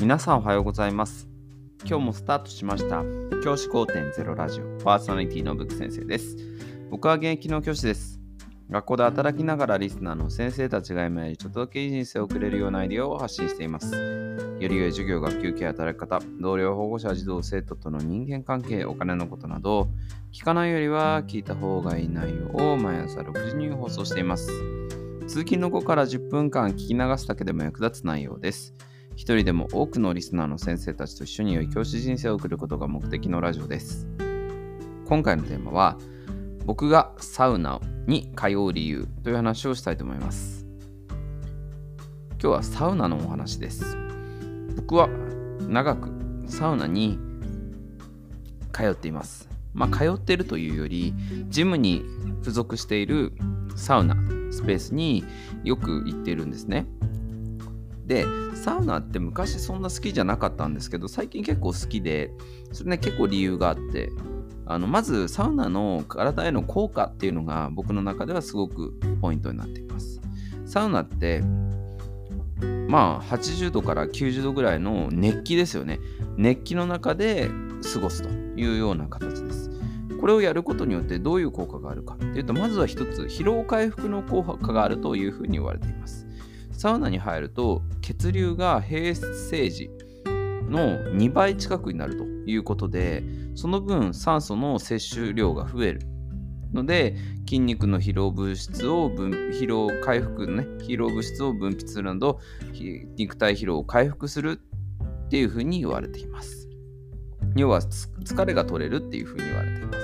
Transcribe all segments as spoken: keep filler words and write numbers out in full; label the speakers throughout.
Speaker 1: 皆さんおはようございます。今日もスタートしました教師 ごてんゼロ ラジオパーソナリティのぶく先生です。僕は現役の教師です。学校で働きながらリスナーの先生たちが今よりちょっとだけいい人生を送れるようなアイディアを発信しています。より良い授業、学級ケア、働き方、同僚、保護者、児童、生徒との人間関係、お金のことなど聞かないよりは聞いた方がいい内容を毎朝ろくじに放送しています。通勤の後からじゅっぷんかん聞き流すだけでも役立つ内容です。一人でも多くのリスナーの先生たちと一緒に良い教師人生を送ることが目的のラジオです。今回のテーマは、僕がサウナに通う理由という話をしたいと思います。今日はサウナのお話です。僕は長くサウナに通っています。まあ通っているというより、ジムに付属しているサウナスペースによく行っているんですね。で、サウナって昔そんな好きじゃなかったんですけど、最近結構好きで、それね結構理由があって、あのまずサウナの体への効果っていうのが僕の中ではすごくポイントになっています。サウナってまあはちじゅうどからきゅうじゅうどぐらいの熱気ですよね。熱気の中で過ごすというような形です。これをやることによってどういう効果があるかっていうと、まずは一つ疲労回復の効果があるというふうに言われています。サウナに入ると血流が平成時のにばい近くになるということで、その分酸素の摂取量が増えるので、筋肉の疲労物質を分疲労回復のね疲労物質を分泌するなど、肉体疲労を回復するっていうふうに言われています。要は疲れが取れるっていうふうに言われています。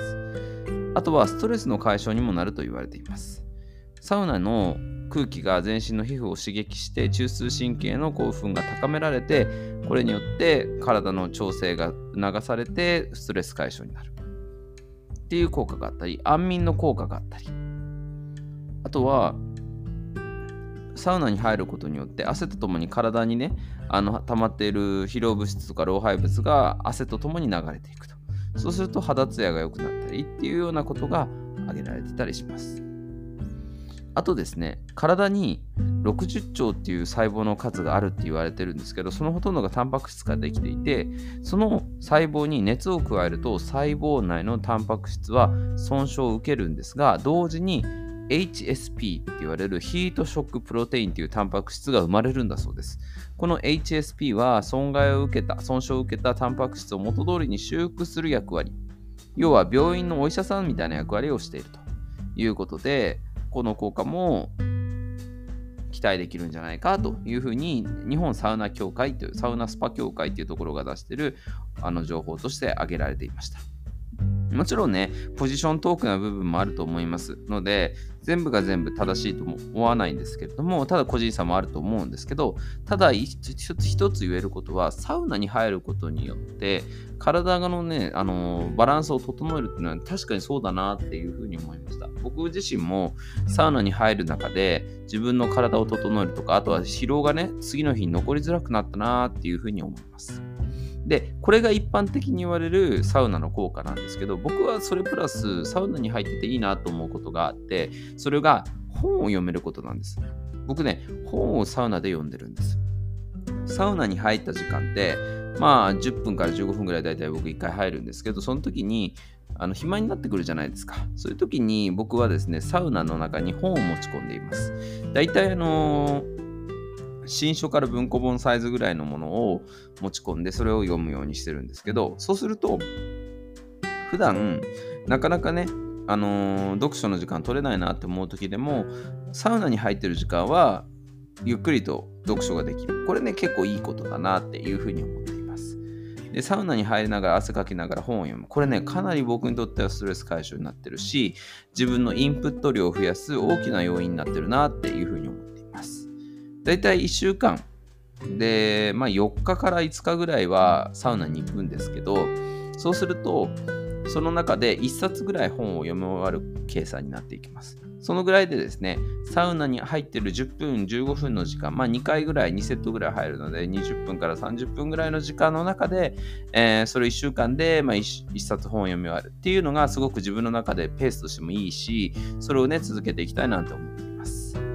Speaker 1: あとはストレスの解消にもなると言われています。サウナの空気が全身の皮膚を刺激して中枢神経の興奮が高められて、これによって体の調整が促されてストレス解消になるっていう効果があったり、安眠の効果があったり、あとはサウナに入ることによって汗とともに体にねあの溜まっている疲労物質とか老廃物が汗とともに流れていくと。そうすると肌ツヤが良くなったりっていうようなことが挙げられてたりします。あとですね、体にろくじゅっちょうっていう細胞の数があるって言われてるんですけど、そのほとんどがタンパク質からできていて、その細胞に熱を加えると細胞内のタンパク質は損傷を受けるんですが、同時に エイチエスピー って言われるヒートショックプロテインっていうタンパク質が生まれるんだそうです。この エイチエスピー は損害を受けた損傷を受けたタンパク質を元通りに修復する役割、要は病院のお医者さんみたいな役割をしているということで、この効果も期待できるんじゃないかというふうに、日本サウナ協会というサウナスパ協会というところが出しているあの情報として挙げられていました。もちろんね、ポジショントークな部分もあると思いますので、全部が全部正しいとも思わないんですけれども、ただ個人差もあると思うんですけど、ただ一つ一つ言えることは、サウナに入ることによって体のね、あのバランスを整えるっていうのは確かにそうだなっていうふうに思いました。僕自身もサウナに入る中で自分の体を整えるとか、あとは疲労がね次の日に残りづらくなったなっていうふうに思います。で、これが一般的に言われるサウナの効果なんですけど、僕はそれプラスサウナに入ってていいなと思うことがあって、それが本を読めることなんです。僕ね、本をサウナで読んでるんです。サウナに入った時間ってまあじゅっぷんからじゅうごふんぐらいだいたい僕いっかい入るんですけど、その時にあの暇になってくるじゃないですか。そういう時に僕はですね、サウナの中に本を持ち込んでいます。だいたいあのー新書から文庫本サイズぐらいのものを持ち込んで、それを読むようにしてるんですけど、そうすると普段なかなかね、あのー読書の時間取れないなって思う時でも、サウナに入ってる時間はゆっくりと読書ができる。これね結構いいことだなっていうふうに思っています。で、サウナに入りながら汗かきながら本を読む。これねかなり僕にとってはストレス解消になってるし、自分のインプット量を増やす大きな要因になってるなっていうふうに思っています。だいたいいっしゅうかんで、まあ、よっかからいつかぐらいはサウナに行くんですけど、そうするとその中でいっさつぐらい本を読み終わる計算になっていきます。そのぐらいでですね、サウナに入ってるじゅっぷんじゅうごふんの時間、まあにかいぐらいにセットぐらい入るのでにじゅっぷんからさんじゅっぷんぐらいの時間の中で、えー、それいっしゅうかんで、まあ、1, いっさつ本を読み終わるっていうのがすごく自分の中でペースとしてもいいし、それをね続けていきたいなと思っています。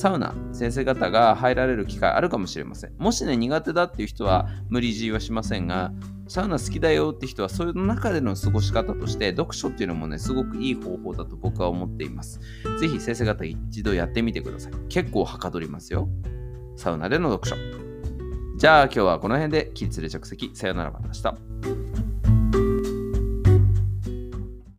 Speaker 1: サウナ、先生方が入られる機会あるかもしれません。もしね、苦手だっていう人は無理強いはしませんが、サウナ好きだよって人は、そういう中での過ごし方として、読書っていうのもね、すごくいい方法だと僕は思っています。ぜひ先生方一度やってみてください。結構はかどりますよ。サウナでの読書。じゃあ今日はこの辺で起立で着席。さよならまた明日。